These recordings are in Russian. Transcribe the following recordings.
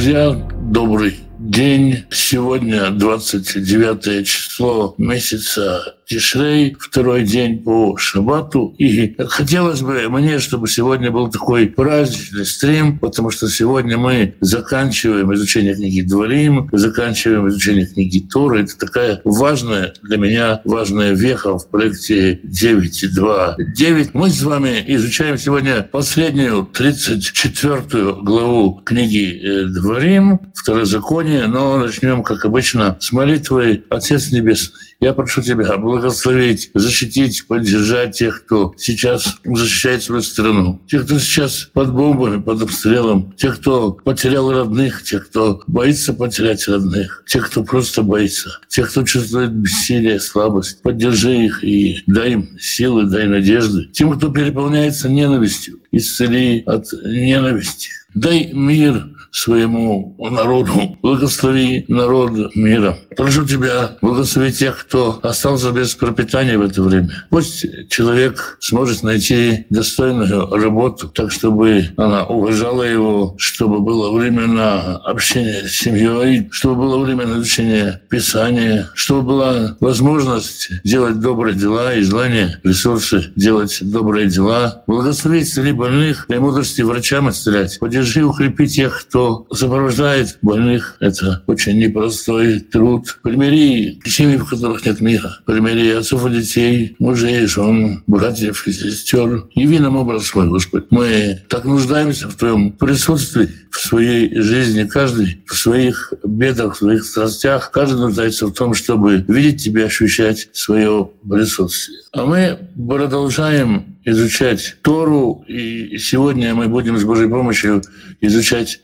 Друзья, добрый день. Сегодня 29 число месяца Тишрей, второй день по шаббату. И хотелось бы мне, чтобы сегодня был такой праздничный стрим, потому что сегодня мы заканчиваем изучение книги Дворим, заканчиваем изучение книги Торы. Это такая важная для меня, важная веха в проекте 9.2.9. Мы с вами изучаем сегодня последнюю 34-ю главу книги Дворим, Второзаконие, но начнем, как обычно, с молитвы «Отец Небесный». Я прошу Тебя благословить, защитить, поддержать тех, кто сейчас защищает свою страну, тех, кто сейчас под бомбами, под обстрелом, тех, кто потерял родных, тех, кто боится потерять родных, тех, кто просто боится, тех, кто чувствует бессилие, слабость. Поддержи их и дай им силы, дай надежды. Тем, кто переполняется ненавистью, исцели от ненависти. Дай мир своему народу, благослови народ мира. Прошу Тебя, благослови тех, кто остался без пропитания в это время. Пусть человек сможет найти достойную работу, так, чтобы она уважала его, чтобы было время на общение с семьей, чтобы было время на изучение Писания, чтобы была возможность делать добрые дела и желание, ресурсы делать добрые дела. Благослови, исцели больных, дай мудрости врачам исцелять. Поддержи, укрепи тех, кто сопровождает больных. Это очень непростой труд. Примири семьи, в которых нет мира. Примири отцов и детей, мужей, жен, братьев и сестер. Яви нам образ свой, Господь. Мы так нуждаемся в Твоем присутствии в своей жизни. Каждый в своих бедах, в своих страстях. Каждый нуждается в том, чтобы видеть Тебя, ощущать свое присутствие. А мы продолжаем изучать Тору, и сегодня мы будем с Божьей помощью изучать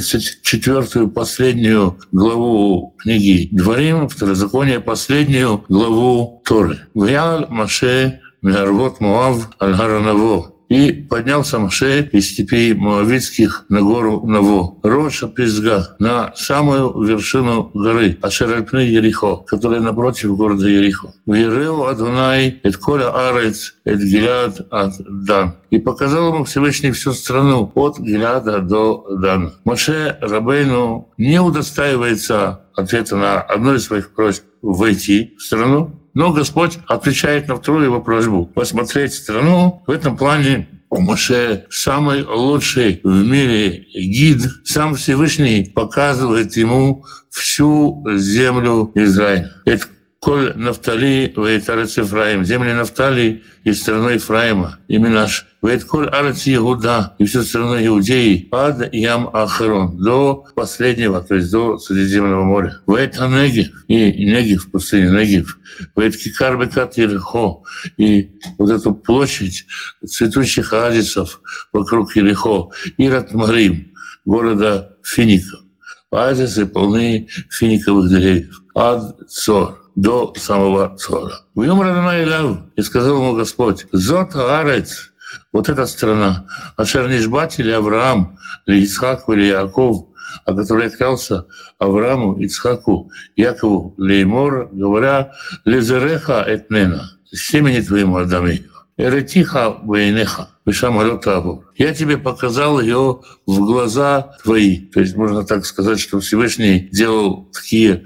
34-ю последнюю главу книги Дворим, Второзаконие, последнюю главу Торы. «Ваял Моше миарвот Моав аль-гар Наво». И поднялся Моше из степей Моавитских на гору Наво, Роша Пизга, на самую вершину горы, Ашер-аль-Пни Ерихо, которая напротив города Ерихо. «Виреу Адонай эт коля арец эт Гилад ад Дан». И показал ему Всевышний всю страну от Гилада до Дана. Моше Рабейну не удостаивается ответа на одну из своих просьб войти в страну, но Господь отвечает на вторую его просьбу — посмотреть страну. В этом плане у Моше самый лучший в мире гид. Сам Всевышний показывает ему всю землю Израиля. Это «Коль Нафтали вейт арец Ефраим», земли Нафтали и страну Ефраима, имя наш. «Вейт коль арец Иуда» и всю страну Иудеи, ад Ям Ахарон, до последнего, то есть до Средиземного моря. «Вейт Негев» и Негев, пустыня Негев. «Вейт Кикар бекат Ерихо» и вот эту площадь цветущих оазисов вокруг Ерихо. «Ират Марим», города фиников. Оазисы полны финиковых деревьев. «Ад Цор», до самого Цора. «Вьем Адонай Элав», и сказал ему Господь: «Зот Аарец», вот эта страна, «Ашер нишбат или Авраам, или Ицхаку, или Яков», о которой клялся Аврааму, Ицхаку, Якову, Леймор, говоря: «Лезереха этнена», «Семени твоему отдам ее». «Эретиха вейнеха, вишамалотаву». Я тебе показал ее в глаза твои. То есть можно так сказать, что Всевышний делал такие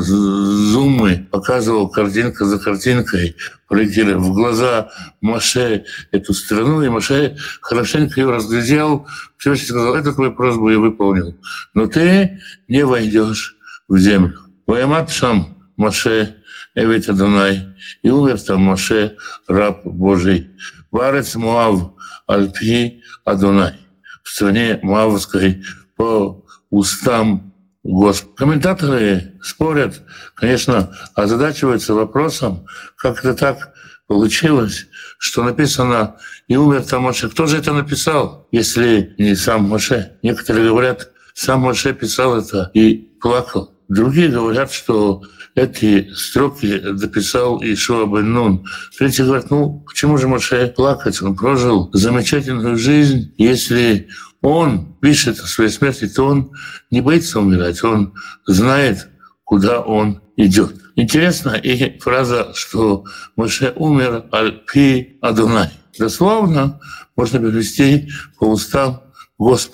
зумы, показывал картинка за картинкой, проектируя в глаза Моше эту страну, и Моше хорошенько ее разглядел. Всевышний сказал: «Эту твою просьбу я выполнил, но ты не войдешь в землю». «Ваямат шам Моше Эвет Адонай», и умер там Моше, раб Божий, «Варец Моав аль-Пни Адонай», в стране Моавской по устам Господа. Комментаторы спорят, конечно, озадачиваются вопросом, как это так получилось, что написано «и умер там Моше». Кто же это написал, если не сам Моше? Некоторые говорят, сам Моше писал это и плакал. Другие говорят, что эти строки дописал Иешуа бен Нун. Третьи говорят: почему же Моше плакать? Он прожил замечательную жизнь. Если он пишет о своей смерти, то он не боится умирать. Он знает, куда он идет. Интересна и фраза, что Моше умер аль-Пи Адонай. Дословно можно перевести по устам Господа.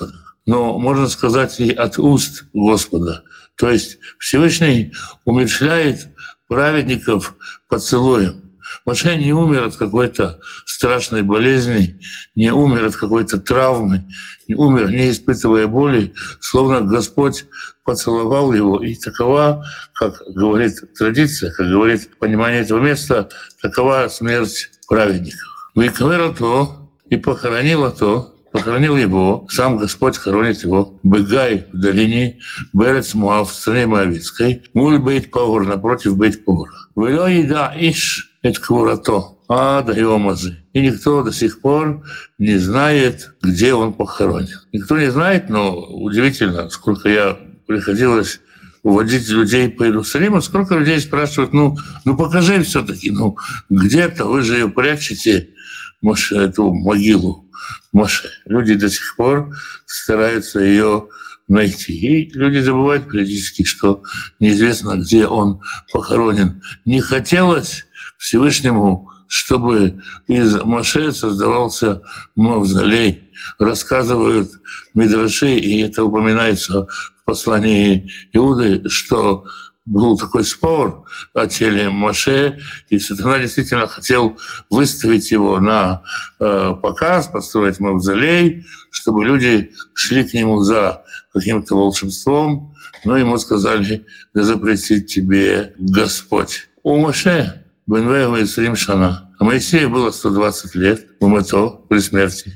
но можно сказать и от уст Господа. То есть Всевышний умерщвляет праведников поцелуем. Моше не умер от какой-то страшной болезни, не умер от какой-то травмы, не умер, не испытывая боли, словно Господь поцеловал его. И такова, как говорит традиция, как говорит понимание этого места, такова смерть праведников. Выквера то и похоронил его, сам Господь хоронит его, Бегай в долине, Берец Муав в стране Моавицкой, Муль Бейт-Паур, напротив Бейт-Паура. Вело еда иш эт квурато, до его мазы. И никто до сих пор не знает, где он похоронен. Никто не знает, но удивительно, сколько я приходилось уводить людей по Иерусалиму, сколько людей спрашивают, ну покажи все-таки, где-то вы же ее прячете, Моше, эту могилу Моше. Люди до сих пор стараются ее найти. И люди забывают периодически, что неизвестно, где он похоронен. Не хотелось Всевышнему, чтобы из Моше создавался мавзолей. Рассказывают мидраши, и это упоминается в послании Иуды, что был такой спор о теле Моше, и Сатана действительно хотел выставить его на показ, построить мавзолей, чтобы люди шли к нему за каким-то волшебством, но ему сказали: да запретит тебе Господь. У Моше бен Исрим шана, а Моисею было 120 лет, умыто при смерти.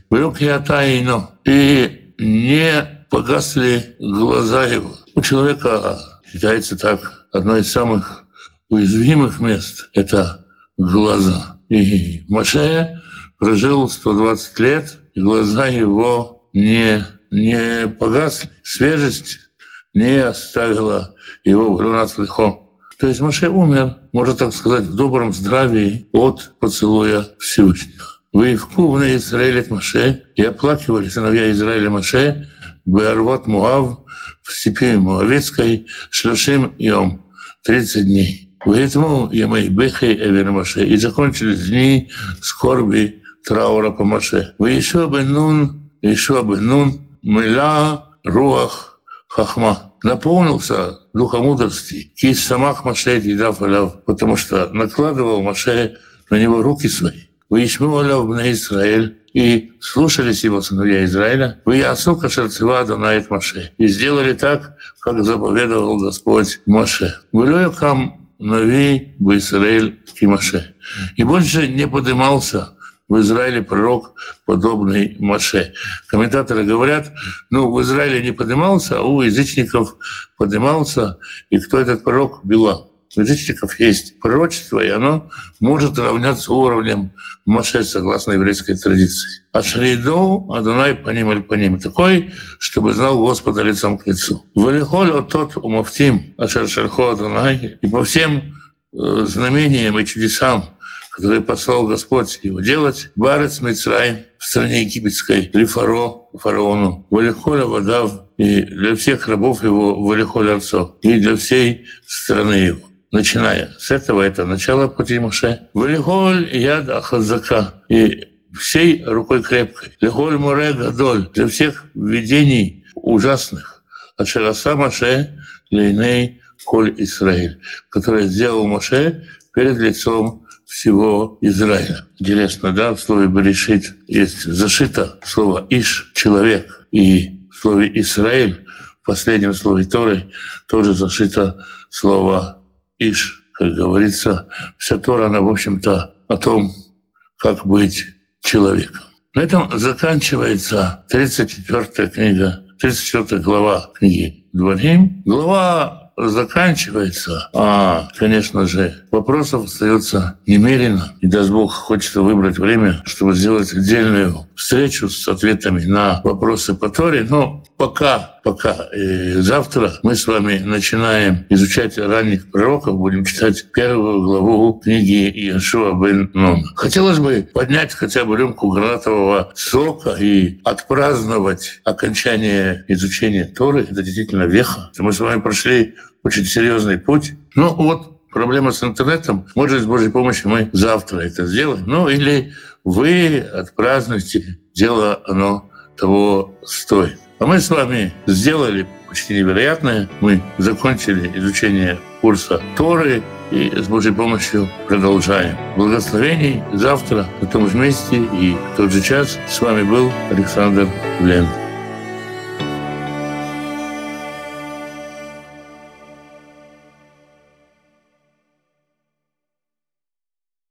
И не погасли глаза его. У человека считается так, одно из самых уязвимых мест — это глаза. И Моше прожил 120 лет, и глаза его не погасли. Свежесть не оставила его в Лунат Лихо. То есть Моше умер, можно так сказать, в добром здравии от поцелуя Всевышнего. «Ваивку бней Исраэль эт Моше», и оплакивали сыновья Израиля Моше беарвот Муав, в степи Моавицкой, 30 йом, 30 дней. Поэтому ямей бехей эвер Моше, и закончились дни скорби, траура по Моше. Ишуа бен Нун, мыла руах хахма. Наполнился духа мудрости, кис самах Моше едав аляв, потому что накладывал Моше на него руки свои. Ваишму аляв бней Исраэль, и слушались его сыновья Израиля, «Ваясу кашер цива Адонай Моше», и сделали так, как заповедовал Господь Моше. «Вэлё кам нави в Исраэль ки Моше». И больше не поднимался в Израиле пророк, подобный Моше. Комментаторы говорят, в Израиле не поднимался, а у язычников поднимался. И кто этот пророк? Билам. У язычников есть пророчество, и оно может равняться уровнем Моше, согласно еврейской традиции. А шридоу Адонай паним аль паним, такой, чтобы знал Господа лицом к лицу. Валихоль отот умафтим ашер шерхо Адонай, и по всем знамениям и чудесам, которые послал Господь его делать, Барец Мицраим, в стране египетской, фараону, Валихоля Вадав, и для всех рабов его Валихоля Арцо, и для всей страны его. Начиная с этого, это начало пути Моше. Валихоль яд ахазака, и всей рукой крепкой. Лихоль море гадоль, для всех видений ужасных. Ашераса Моше лейней коль Исраиль, который сделал Моше перед лицом всего Израиля. Интересно, да, в слове «Берешит» есть зашито слово «иш» — «человек», и в слове «Исраиль», в последнем слове Торы, тоже зашито слово «иш». Как говорится, вся Тора, она, в общем-то, о том, как быть человеком. На этом заканчивается 34 книга, 34 глава книги Дворим. Глава заканчивается, конечно же, вопросов остается немерено. И даст Бог, хочется выбрать время, чтобы сделать отдельную встречу с ответами на вопросы по Торе. Но пока завтра мы с вами начинаем изучать ранних пророков, будем читать первую главу книги Иешуа бен Нуна. Хотелось бы поднять хотя бы рюмку гранатового сока и отпраздновать окончание изучения Торы. Это действительно веха. Мы с вами прошли очень серьезный путь. Проблема с интернетом. Может, с Божьей помощью мы завтра это сделаем. Или вы отпразднуете. Дело оно того стоит. А мы с вами сделали почти невероятное. Мы закончили изучение курса Торы и с Божьей помощью продолжаем. Благословений завтра на том же месте и в тот же час. С вами был Александр Блен.